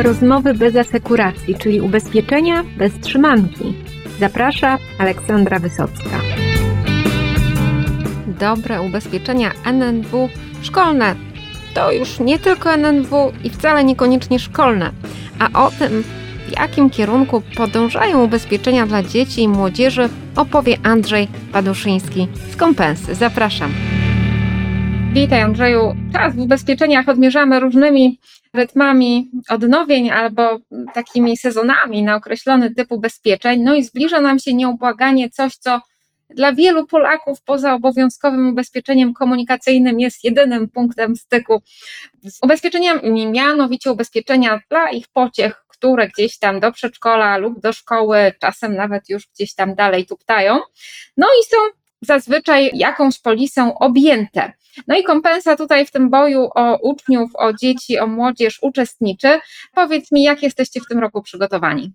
Rozmowy bez asekuracji, czyli ubezpieczenia bez trzymanki. Zaprasza Aleksandra Wysocka. Dobre ubezpieczenia NNW szkolne to już nie tylko NNW i wcale niekoniecznie szkolne, a o tym, w jakim kierunku podążają ubezpieczenia dla dzieci i młodzieży, opowie Andrzej Paduszyński z Kompensy. Zapraszam. Witaj, Andrzeju. Czas w ubezpieczeniach odmierzamy różnymi rytmami odnowień albo takimi sezonami na określony typ ubezpieczeń. No i zbliża nam się nieubłaganie coś, co dla wielu Polaków poza obowiązkowym ubezpieczeniem komunikacyjnym jest jedynym punktem styku z ubezpieczeniami, mianowicie ubezpieczenia dla ich pociech, które gdzieś tam do przedszkola lub do szkoły, czasem nawet już gdzieś tam dalej tuptają. No i są zazwyczaj jakąś polisą objęte. No i Kompensa tutaj w tym boju o uczniów, o dzieci, o młodzież uczestniczy. Powiedz mi, jak jesteście w tym roku przygotowani?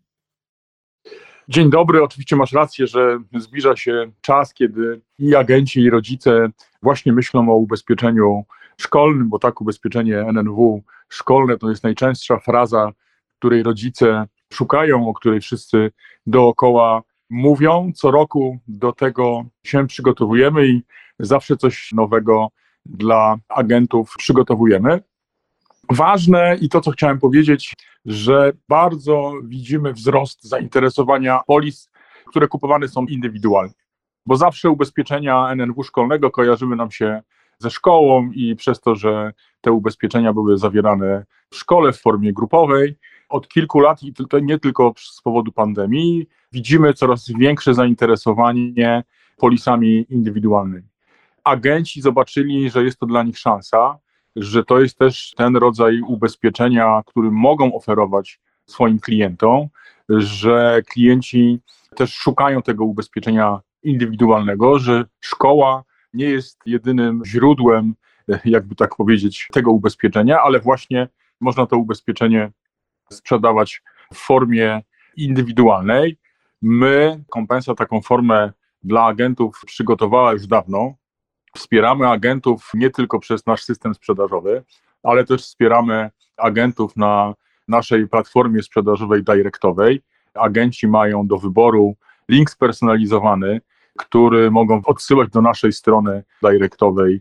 Dzień dobry, oczywiście masz rację, że zbliża się czas, kiedy i agenci, i rodzice właśnie myślą o ubezpieczeniu szkolnym, bo tak, ubezpieczenie NNW szkolne to jest najczęstsza fraza, której rodzice szukają, o której wszyscy dookoła mówią. Co roku do tego się przygotowujemy i zawsze coś nowego dla agentów przygotowujemy. Ważne i to, co chciałem powiedzieć, że bardzo widzimy wzrost zainteresowania polis, które kupowane są indywidualnie, bo zawsze ubezpieczenia NNW szkolnego kojarzyły nam się ze szkołą i przez to, że te ubezpieczenia były zawierane w szkole w formie grupowej, od kilku lat i to nie tylko z powodu pandemii, widzimy coraz większe zainteresowanie polisami indywidualnymi. Agenci zobaczyli, że jest to dla nich szansa, że to jest też ten rodzaj ubezpieczenia, który mogą oferować swoim klientom, że klienci też szukają tego ubezpieczenia indywidualnego, że szkoła nie jest jedynym źródłem, jakby tak powiedzieć, tego ubezpieczenia, ale właśnie można to ubezpieczenie sprzedawać w formie indywidualnej. My, Kompensa, taką formę dla agentów przygotowała już dawno. Wspieramy agentów nie tylko przez nasz system sprzedażowy, ale też wspieramy agentów na naszej platformie sprzedażowej directowej. Agenci mają do wyboru link spersonalizowany, który mogą odsyłać do naszej strony directowej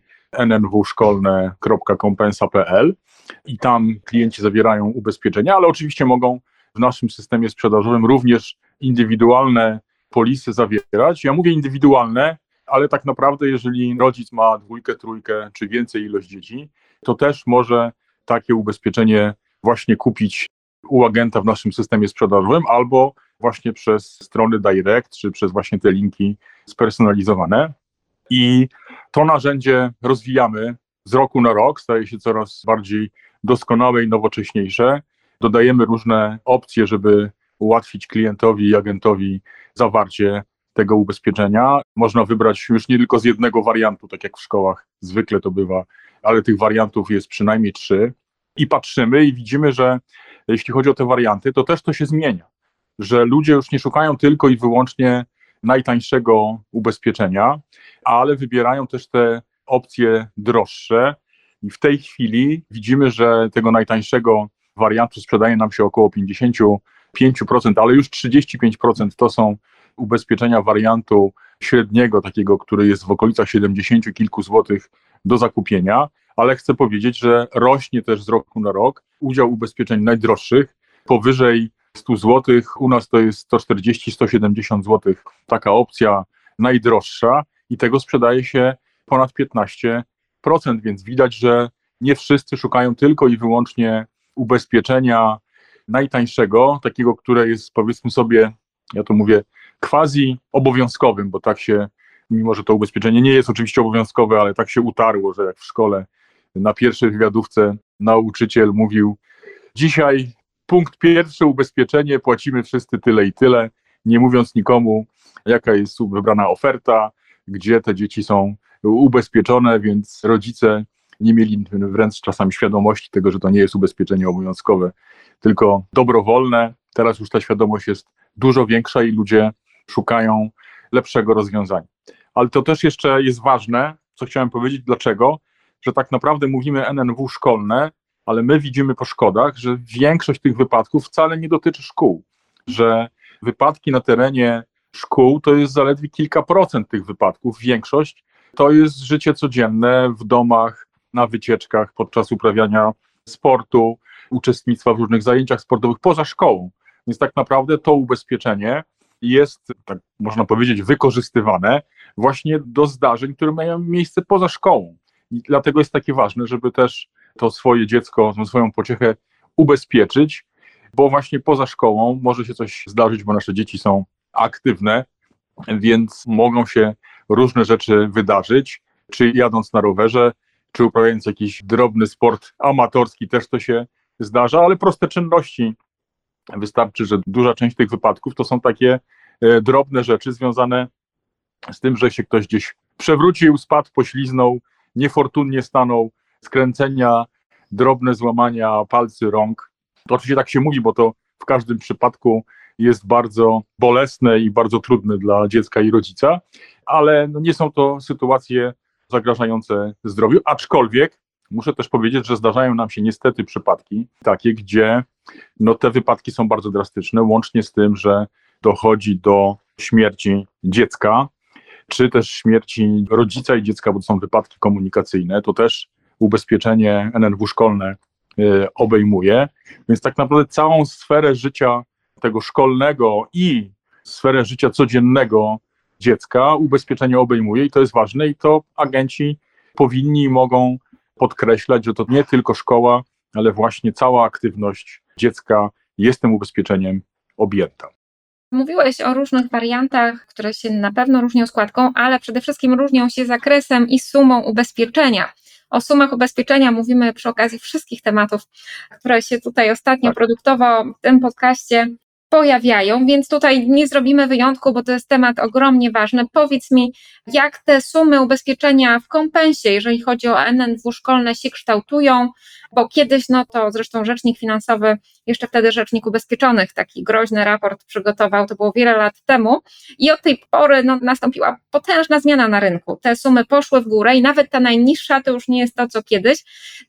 nnwszkolne.kompensa.pl i tam klienci zawierają ubezpieczenia, ale oczywiście mogą w naszym systemie sprzedażowym również indywidualne polisy zawierać. Ja mówię indywidualne, ale tak naprawdę jeżeli rodzic ma 2, 3 czy więcej ilość dzieci, to też może takie ubezpieczenie właśnie kupić u agenta w naszym systemie sprzedażowym albo właśnie przez strony direct, czy przez właśnie te linki spersonalizowane. I to narzędzie rozwijamy z roku na rok, staje się coraz bardziej doskonałe i nowocześniejsze. Dodajemy różne opcje, żeby ułatwić klientowi i agentowi zawarcie tego ubezpieczenia. Można wybrać już nie tylko z jednego wariantu, tak jak w szkołach zwykle to bywa, ale tych wariantów jest przynajmniej 3 i patrzymy i widzimy, że jeśli chodzi o te warianty, to też to się zmienia, że ludzie już nie szukają tylko i wyłącznie najtańszego ubezpieczenia, ale wybierają też te opcje droższe i w tej chwili widzimy, że tego najtańszego wariantu sprzedaje nam się około 55%, ale już 35% to są ubezpieczenia wariantu średniego, takiego, który jest w okolicach 70 kilku złotych do zakupienia, ale chcę powiedzieć, że rośnie też z roku na rok udział ubezpieczeń najdroższych, powyżej 100 złotych, u nas to jest 140-170 złotych, taka opcja najdroższa i tego sprzedaje się ponad 15%, więc widać, że nie wszyscy szukają tylko i wyłącznie ubezpieczenia najtańszego, takiego, które jest, powiedzmy sobie, ja to mówię, quasi obowiązkowym, bo tak się, mimo że to ubezpieczenie nie jest oczywiście obowiązkowe, ale tak się utarło, że jak w szkole na pierwszej wywiadówce nauczyciel mówił: dzisiaj punkt pierwszy, ubezpieczenie, płacimy wszyscy tyle i tyle, nie mówiąc nikomu, jaka jest wybrana oferta, gdzie te dzieci są ubezpieczone, więc rodzice nie mieli wręcz czasami świadomości tego, że to nie jest ubezpieczenie obowiązkowe, tylko dobrowolne. Teraz już ta świadomość jest dużo większa i ludzie szukają lepszego rozwiązania. Ale to też jeszcze jest ważne, co chciałem powiedzieć, dlaczego, że tak naprawdę mówimy NNW szkolne, ale my widzimy po szkodach, że większość tych wypadków wcale nie dotyczy szkół, że wypadki na terenie szkół to jest zaledwie kilka procent tych wypadków, większość to jest życie codzienne w domach, na wycieczkach, podczas uprawiania sportu, uczestnictwa w różnych zajęciach sportowych poza szkołą. Więc tak naprawdę to ubezpieczenie jest, tak można powiedzieć, wykorzystywane właśnie do zdarzeń, które mają miejsce poza szkołą. I dlatego jest takie ważne, żeby też to swoje dziecko, tą swoją pociechę ubezpieczyć, bo właśnie poza szkołą może się coś zdarzyć, bo nasze dzieci są aktywne, więc mogą się różne rzeczy wydarzyć, czy jadąc na rowerze, czy uprawiając jakiś drobny sport amatorski, też to się zdarza, ale proste czynności. Wystarczy, że duża część tych wypadków to są takie drobne rzeczy związane z tym, że się ktoś gdzieś przewrócił, spadł, pośliznął, niefortunnie stanął, skręcenia, drobne złamania palcy, rąk. To oczywiście tak się mówi, bo to w każdym przypadku jest bardzo bolesne i bardzo trudne dla dziecka i rodzica, ale nie są to sytuacje zagrażające zdrowiu, aczkolwiek muszę też powiedzieć, że zdarzają nam się niestety przypadki takie, gdzie te wypadki są bardzo drastyczne, łącznie z tym, że dochodzi do śmierci dziecka, czy też śmierci rodzica i dziecka, bo to są wypadki komunikacyjne, to też ubezpieczenie NNW szkolne obejmuje, więc tak naprawdę całą sferę życia tego szkolnego i sferę życia codziennego dziecka ubezpieczenie obejmuje i to jest ważne i to agenci powinni i mogą podkreślać, że to nie tylko szkoła, ale właśnie cała aktywność dziecka jest tym ubezpieczeniem objęta. Mówiłeś o różnych wariantach, które się na pewno różnią składką, ale przede wszystkim różnią się zakresem i sumą ubezpieczenia. O sumach ubezpieczenia mówimy przy okazji wszystkich tematów, które się tutaj ostatnio produktowo w tym podcaście pojawiają, więc tutaj nie zrobimy wyjątku, bo to jest temat ogromnie ważny. Powiedz mi, jak te sumy ubezpieczenia w kompensie, jeżeli chodzi o NNW szkolne, się kształtują, bo kiedyś, to zresztą rzecznik finansowy, jeszcze wtedy rzecznik ubezpieczonych, taki groźny raport przygotował, to było wiele lat temu i od tej pory nastąpiła potężna zmiana na rynku. Te sumy poszły w górę i nawet ta najniższa to już nie jest to, co kiedyś,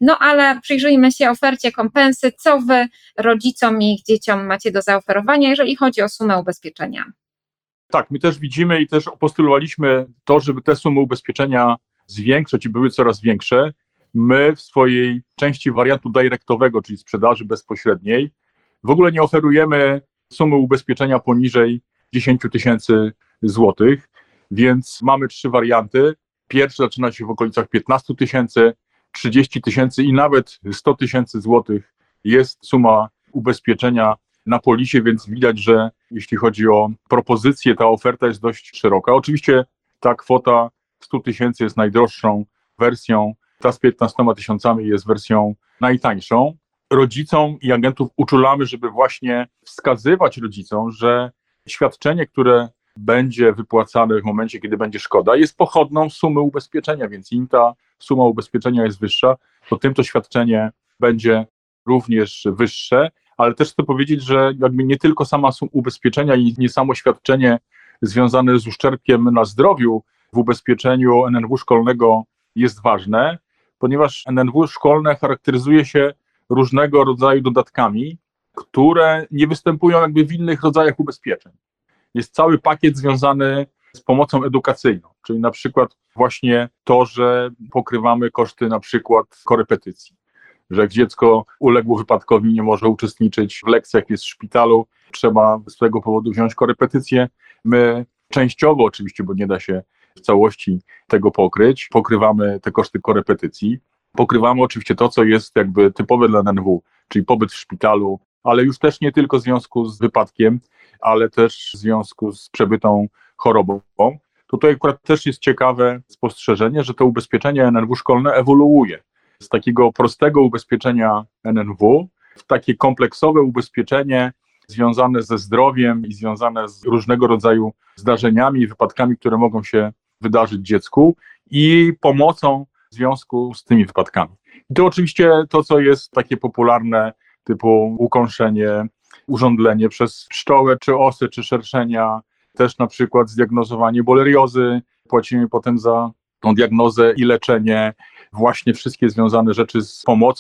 ale przyjrzyjmy się ofercie kompensy, co wy rodzicom i ich dzieciom macie do zaoferowania, jeżeli chodzi o sumę ubezpieczenia. Tak, my też widzimy i też postulowaliśmy to, żeby te sumy ubezpieczenia zwiększać i były coraz większe. My w swojej części wariantu dyrektowego, czyli sprzedaży bezpośredniej, w ogóle nie oferujemy sumy ubezpieczenia poniżej 10 000 złotych, więc mamy 3 warianty. Pierwszy zaczyna się w okolicach 15 000, 30 000 i nawet 100 000 złotych jest suma ubezpieczenia na polisie, więc widać, że jeśli chodzi o propozycję, ta oferta jest dość szeroka. Oczywiście ta kwota 100 000 jest najdroższą wersją, ta z 15 000 jest wersją najtańszą. Rodzicom i agentów uczulamy, żeby właśnie wskazywać rodzicom, że świadczenie, które będzie wypłacane w momencie, kiedy będzie szkoda, jest pochodną sumy ubezpieczenia, więc im ta suma ubezpieczenia jest wyższa, to tym to świadczenie będzie również wyższe, ale też chcę powiedzieć, że jakby nie tylko sama suma ubezpieczenia i nie samo świadczenie związane z uszczerbkiem na zdrowiu w ubezpieczeniu NNW szkolnego jest ważne, ponieważ NNW szkolne charakteryzuje się różnego rodzaju dodatkami, które nie występują jakby w innych rodzajach ubezpieczeń. Jest cały pakiet związany z pomocą edukacyjną, czyli na przykład właśnie to, że pokrywamy koszty na przykład korepetycji, że jak dziecko uległo wypadkowi, nie może uczestniczyć w lekcjach, jest w szpitalu, trzeba z tego powodu wziąć korepetycję. My częściowo oczywiście, bo nie da się w całości tego pokryć, pokrywamy te koszty korepetycji, pokrywamy oczywiście to, co jest jakby typowe dla NNW, czyli pobyt w szpitalu, ale już też nie tylko w związku z wypadkiem, ale też w związku z przebytą chorobą. Tutaj akurat też jest ciekawe spostrzeżenie, że to ubezpieczenie NNW szkolne ewoluuje z takiego prostego ubezpieczenia NNW w takie kompleksowe ubezpieczenie związane ze zdrowiem i związane z różnego rodzaju zdarzeniami i wypadkami, które mogą się wydarzyć dziecku i pomocą w związku z tymi wypadkami. I to oczywiście to, co jest takie popularne, typu ukąszenie, urządlenie przez pszczołę, czy osy, czy szerszenia, też na przykład zdiagnozowanie boleriozy, płacimy potem za tą diagnozę i leczenie, właśnie wszystkie związane rzeczy z pomocą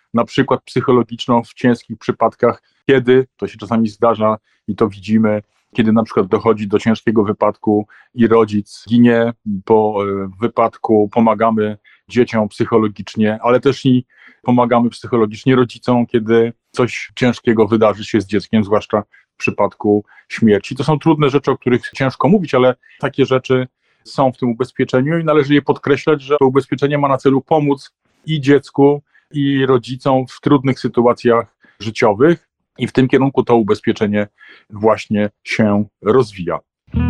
na przykład psychologiczną w ciężkich przypadkach, kiedy, to się czasami zdarza i to widzimy, kiedy na przykład dochodzi do ciężkiego wypadku i rodzic ginie po wypadku, pomagamy dzieciom psychologicznie, ale też i pomagamy psychologicznie rodzicom, kiedy coś ciężkiego wydarzy się z dzieckiem, zwłaszcza w przypadku śmierci. To są trudne rzeczy, o których ciężko mówić, ale takie rzeczy są w tym ubezpieczeniu i należy je podkreślać, że to ubezpieczenie ma na celu pomóc i dziecku, i rodzicom w trudnych sytuacjach życiowych i w tym kierunku to ubezpieczenie właśnie się rozwija.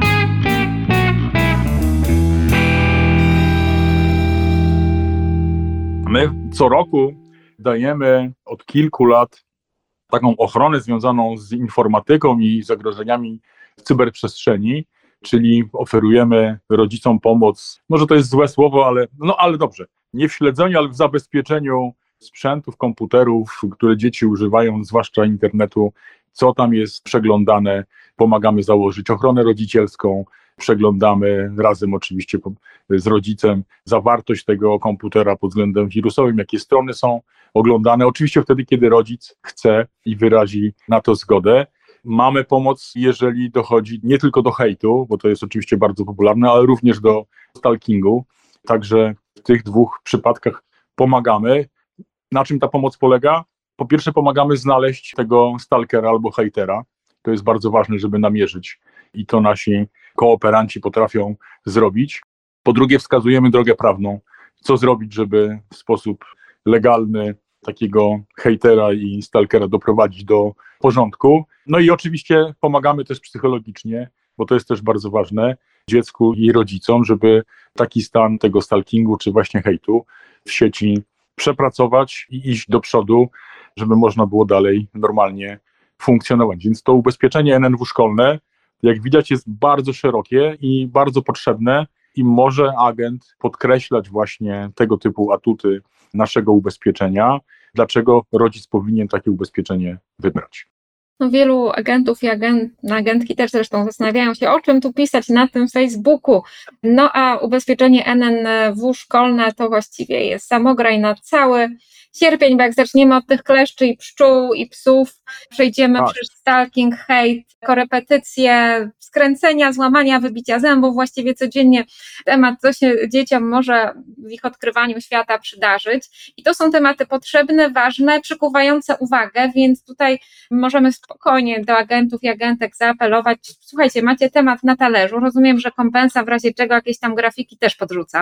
My co roku dajemy od kilku lat taką ochronę związaną z informatyką i zagrożeniami w cyberprzestrzeni, czyli oferujemy rodzicom pomoc, może to jest złe słowo, ale dobrze, nie w śledzeniu, ale w zabezpieczeniu sprzętów, komputerów, które dzieci używają, zwłaszcza internetu, co tam jest przeglądane, pomagamy założyć ochronę rodzicielską, przeglądamy razem oczywiście z rodzicem zawartość tego komputera pod względem wirusowym, jakie strony są oglądane, oczywiście wtedy, kiedy rodzic chce i wyrazi na to zgodę. Mamy pomoc, jeżeli dochodzi nie tylko do hejtu, bo to jest oczywiście bardzo popularne, ale również do stalkingu, także w tych dwóch przypadkach pomagamy. Na czym ta pomoc polega? Po pierwsze pomagamy znaleźć tego stalkera albo hejtera. To jest bardzo ważne, żeby namierzyć i to nasi kooperanci potrafią zrobić. Po drugie wskazujemy drogę prawną, co zrobić, żeby w sposób legalny takiego hejtera i stalkera doprowadzić do porządku. No i oczywiście pomagamy też psychologicznie, bo to jest też bardzo ważne, dziecku i rodzicom, żeby taki stan tego stalkingu czy właśnie hejtu w sieci przepracować i iść do przodu, żeby można było dalej normalnie funkcjonować. Więc to ubezpieczenie NNW szkolne, jak widać, jest bardzo szerokie i bardzo potrzebne i może agent podkreślać właśnie tego typu atuty naszego ubezpieczenia, dlaczego rodzic powinien takie ubezpieczenie wybrać. No, wielu agentów i agentki też zresztą zastanawiają się, o czym tu pisać na tym Facebooku. No a ubezpieczenie NNW szkolne to właściwie jest samograj na cały sierpień, bo jak zaczniemy od tych kleszczy i pszczół i psów, przejdziemy przez stalking, hejt, korepetycje, skręcenia, złamania, wybicia zębów, właściwie codziennie temat, co się dzieciom może w ich odkrywaniu świata przydarzyć. I to są tematy potrzebne, ważne, przykuwające uwagę, więc tutaj możemy spokojnie do agentów i agentek zaapelować. Słuchajcie, macie temat na talerzu, rozumiem, że kompensa w razie czego jakieś tam grafiki też podrzuca.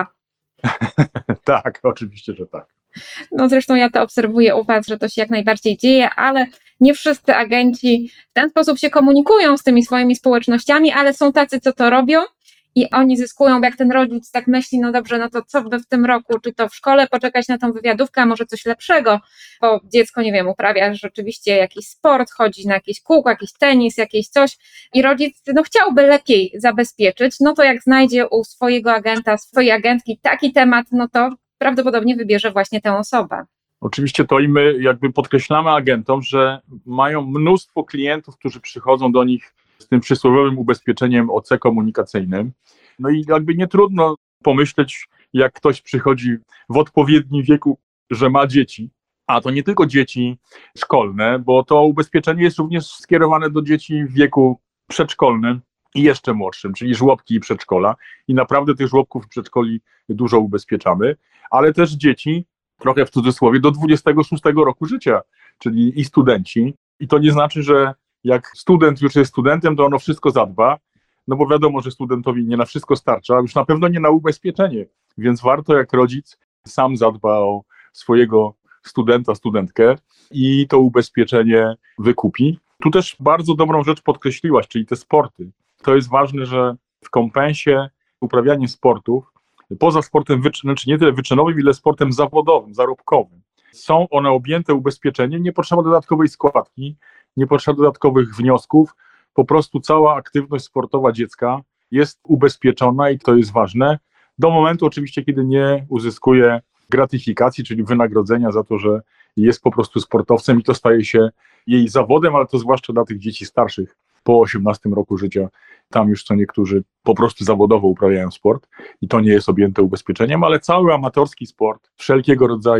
Tak, oczywiście, że tak. No zresztą ja to obserwuję u Was, że to się jak najbardziej dzieje, ale nie wszyscy agenci w ten sposób się komunikują z tymi swoimi społecznościami, ale są tacy, co to robią i oni zyskują, jak ten rodzic tak myśli, no dobrze, no to co by w tym roku, czy to w szkole poczekać na tą wywiadówkę, a może coś lepszego, bo dziecko, nie wiem, uprawia rzeczywiście jakiś sport, chodzi na jakieś kółko, jakiś tenis, jakieś coś i rodzic, no chciałby lepiej zabezpieczyć, no to jak znajdzie u swojego agenta, swojej agentki taki temat, no to prawdopodobnie wybierze właśnie tę osobę. Oczywiście to i my jakby podkreślamy agentom, że mają mnóstwo klientów, którzy przychodzą do nich z tym przysłowiowym ubezpieczeniem OC komunikacyjnym. No i jakby nie trudno pomyśleć, jak ktoś przychodzi w odpowiednim wieku, że ma dzieci, a to nie tylko dzieci szkolne, bo to ubezpieczenie jest również skierowane do dzieci w wieku przedszkolnym i jeszcze młodszym, czyli żłobki i przedszkola. I naprawdę tych żłobków i przedszkoli dużo ubezpieczamy, ale też dzieci, trochę w cudzysłowie, do 26 roku życia, czyli i studenci. I to nie znaczy, że jak student już jest studentem, to ono wszystko zadba, no bo wiadomo, że studentowi nie na wszystko starcza, a już na pewno nie na ubezpieczenie, więc warto jak rodzic sam zadba o swojego studenta, studentkę i to ubezpieczenie wykupi. Tu też bardzo dobrą rzecz podkreśliłaś, czyli te sporty. To jest ważne, że w kompensie uprawianie sportów, poza sportem nie tyle wyczynowym, ile sportem zawodowym, zarobkowym, są one objęte ubezpieczeniem, nie potrzeba dodatkowej składki, nie potrzeba dodatkowych wniosków, po prostu cała aktywność sportowa dziecka jest ubezpieczona i to jest ważne, do momentu oczywiście, kiedy nie uzyskuje gratyfikacji, czyli wynagrodzenia za to, że jest po prostu sportowcem i to staje się jej zawodem, ale to zwłaszcza dla tych dzieci starszych po 18 roku życia. Tam już co niektórzy po prostu zawodowo uprawiają sport i to nie jest objęte ubezpieczeniem, ale cały amatorski sport, wszelkiego rodzaju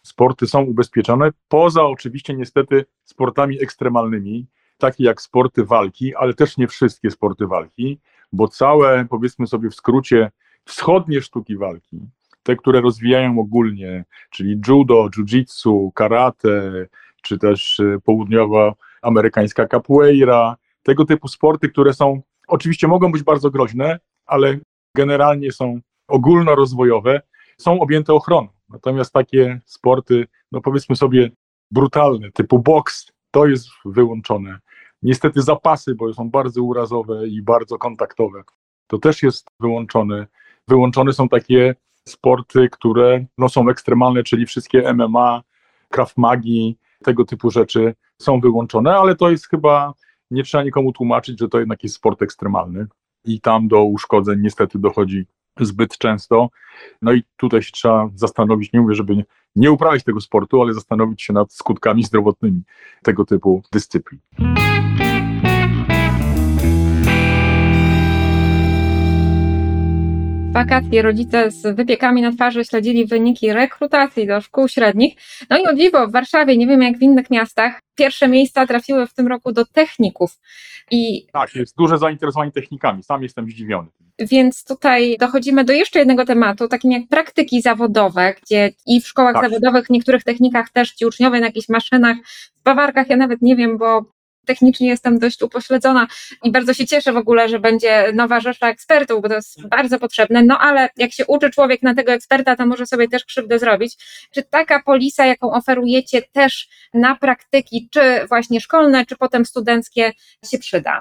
sporty są ubezpieczone, poza oczywiście niestety sportami ekstremalnymi, takie jak sporty walki, ale też nie wszystkie sporty walki, bo całe, powiedzmy sobie w skrócie, wschodnie sztuki walki, te, które rozwijają ogólnie, czyli judo, jiu-jitsu, karate, czy też południowoamerykańska capoeira, tego typu sporty, które są, oczywiście mogą być bardzo groźne, ale generalnie są ogólnorozwojowe, są objęte ochroną. Natomiast takie sporty, no powiedzmy sobie brutalne, typu boks, to jest wyłączone. Niestety zapasy, bo są bardzo urazowe i bardzo kontaktowe, to też jest wyłączone. Wyłączone są takie sporty, które są ekstremalne, czyli wszystkie MMA, Krav Magi, tego typu rzeczy są wyłączone, ale to jest chyba, nie trzeba nikomu tłumaczyć, że to jednak jest sport ekstremalny i tam do uszkodzeń niestety dochodzi zbyt często. No i tutaj się trzeba zastanowić, nie mówię, żeby nie uprawiać tego sportu, ale zastanowić się nad skutkami zdrowotnymi tego typu dyscyplin. Wakacje rodzice z wypiekami na twarzy śledzili wyniki rekrutacji do szkół średnich. No i o dziwo w Warszawie, nie wiem jak w innych miastach, pierwsze miejsca trafiły w tym roku do techników. Tak, jest duże zainteresowanie technikami, sam jestem zdziwiony. Więc tutaj dochodzimy do jeszcze jednego tematu, takim jak praktyki zawodowe, gdzie i w szkołach zawodowych, w niektórych technikach też ci uczniowie na jakichś maszynach, w bawarkach, ja nawet nie wiem, bo technicznie jestem dość upośledzona i bardzo się cieszę w ogóle, że będzie nowa rzesza ekspertów, bo to jest bardzo potrzebne, no ale jak się uczy człowiek na tego eksperta, to może sobie też krzywdę zrobić. Czy taka polisa, jaką oferujecie też na praktyki, czy właśnie szkolne, czy potem studenckie się przyda?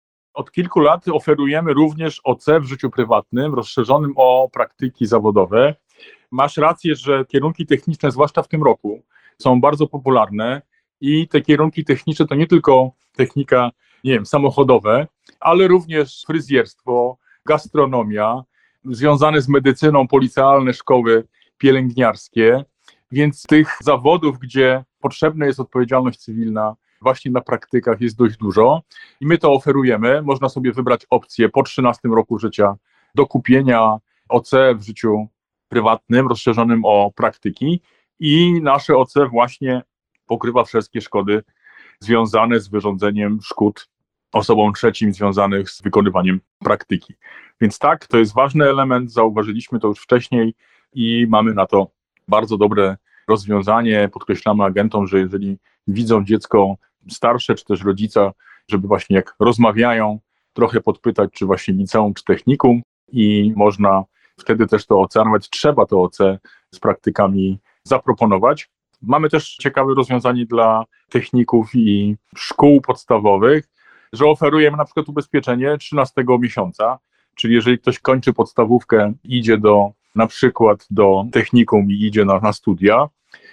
Od kilku lat oferujemy również OC w życiu prywatnym, rozszerzonym o praktyki zawodowe. Masz rację, że kierunki techniczne, zwłaszcza w tym roku, są bardzo popularne i te kierunki techniczne to nie tylko technika, nie wiem, samochodowe, ale również fryzjerstwo, gastronomia, związane z medycyną, policealne szkoły pielęgniarskie, więc tych zawodów, gdzie potrzebna jest odpowiedzialność cywilna, właśnie na praktykach jest dość dużo i my to oferujemy. Można sobie wybrać opcję po 13 roku życia do kupienia OC w życiu prywatnym, rozszerzonym o praktyki i nasze OC właśnie pokrywa wszystkie szkody związane z wyrządzeniem szkód osobom trzecim związanych z wykonywaniem praktyki. Więc tak, to jest ważny element, zauważyliśmy to już wcześniej i mamy na to bardzo dobre rozwiązanie. Podkreślamy agentom, że jeżeli widzą dziecko starsze, czy też rodzica, żeby właśnie jak rozmawiają, trochę podpytać, czy właśnie liceum, czy technikum i można wtedy też to OC, a nawet trzeba to OC z praktykami zaproponować. Mamy też ciekawe rozwiązanie dla techników i szkół podstawowych, że oferujemy na przykład ubezpieczenie 13 miesiąca, czyli jeżeli ktoś kończy podstawówkę, idzie na przykład do technikum i idzie na studia,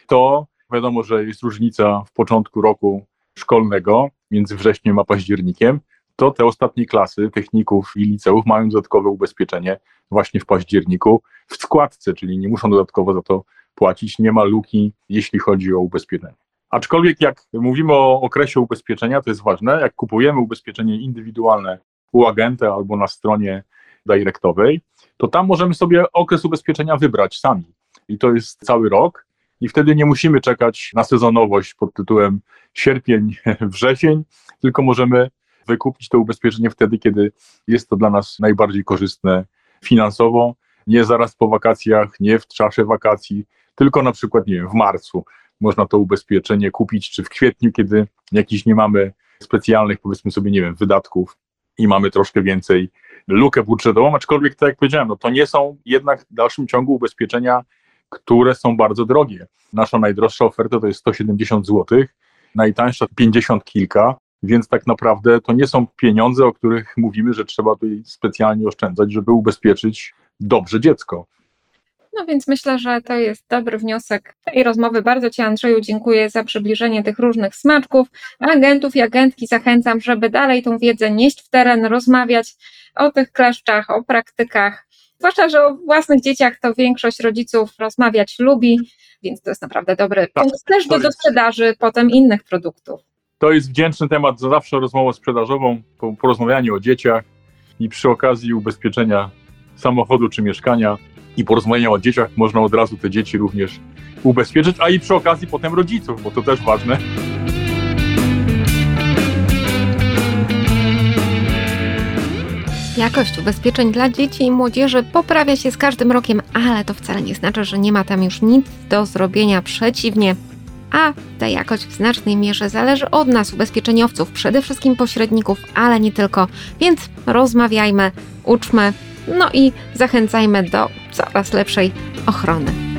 to wiadomo, że jest różnica w początku roku szkolnego między wrześniem a październikiem, to te ostatnie klasy techników i liceów mają dodatkowe ubezpieczenie właśnie w październiku w składce, czyli nie muszą dodatkowo za to płacić, nie ma luki, jeśli chodzi o ubezpieczenie. Aczkolwiek jak mówimy o okresie ubezpieczenia, to jest ważne, jak kupujemy ubezpieczenie indywidualne u agenta albo na stronie directowej, to tam możemy sobie okres ubezpieczenia wybrać sami i to jest cały rok i wtedy nie musimy czekać na sezonowość pod tytułem sierpień, wrzesień, tylko możemy wykupić to ubezpieczenie wtedy, kiedy jest to dla nas najbardziej korzystne finansowo, nie zaraz po wakacjach, nie w czasie wakacji, tylko na przykład, nie wiem, w marcu można to ubezpieczenie kupić, czy w kwietniu, kiedy jakiś nie mamy specjalnych, powiedzmy sobie, nie wiem, wydatków i mamy troszkę więcej lukę budżetową, aczkolwiek tak jak powiedziałem, no to nie są jednak w dalszym ciągu ubezpieczenia, które są bardzo drogie. Nasza najdroższa oferta to jest 170 zł, najtańsza 50 kilka, więc tak naprawdę to nie są pieniądze, o których mówimy, że trzeba tutaj specjalnie oszczędzać, żeby ubezpieczyć dobrze dziecko. No więc myślę, że to jest dobry wniosek tej rozmowy. Bardzo Ci, Andrzeju, dziękuję za przybliżenie tych różnych smaczków. Agentów i agentki zachęcam, żeby dalej tą wiedzę nieść w teren, rozmawiać o tych kleszczach, o praktykach. Zwłaszcza, że o własnych dzieciach to większość rodziców rozmawiać lubi, więc to jest naprawdę dobry punkt też do sprzedaży potem innych produktów. To jest wdzięczny temat za zawsze rozmową sprzedażową, porozmawianie o dzieciach i przy okazji ubezpieczenia samochodu czy mieszkania. i porozmawiania o dzieciach, można od razu te dzieci również ubezpieczyć, a i przy okazji potem rodziców, bo to też ważne. Jakość ubezpieczeń dla dzieci i młodzieży poprawia się z każdym rokiem, ale to wcale nie znaczy, że nie ma tam już nic do zrobienia. Przeciwnie, a ta jakość w znacznej mierze zależy od nas, ubezpieczeniowców, przede wszystkim pośredników, ale nie tylko. Więc rozmawiajmy, uczmy, no i zachęcajmy do coraz lepszej ochrony.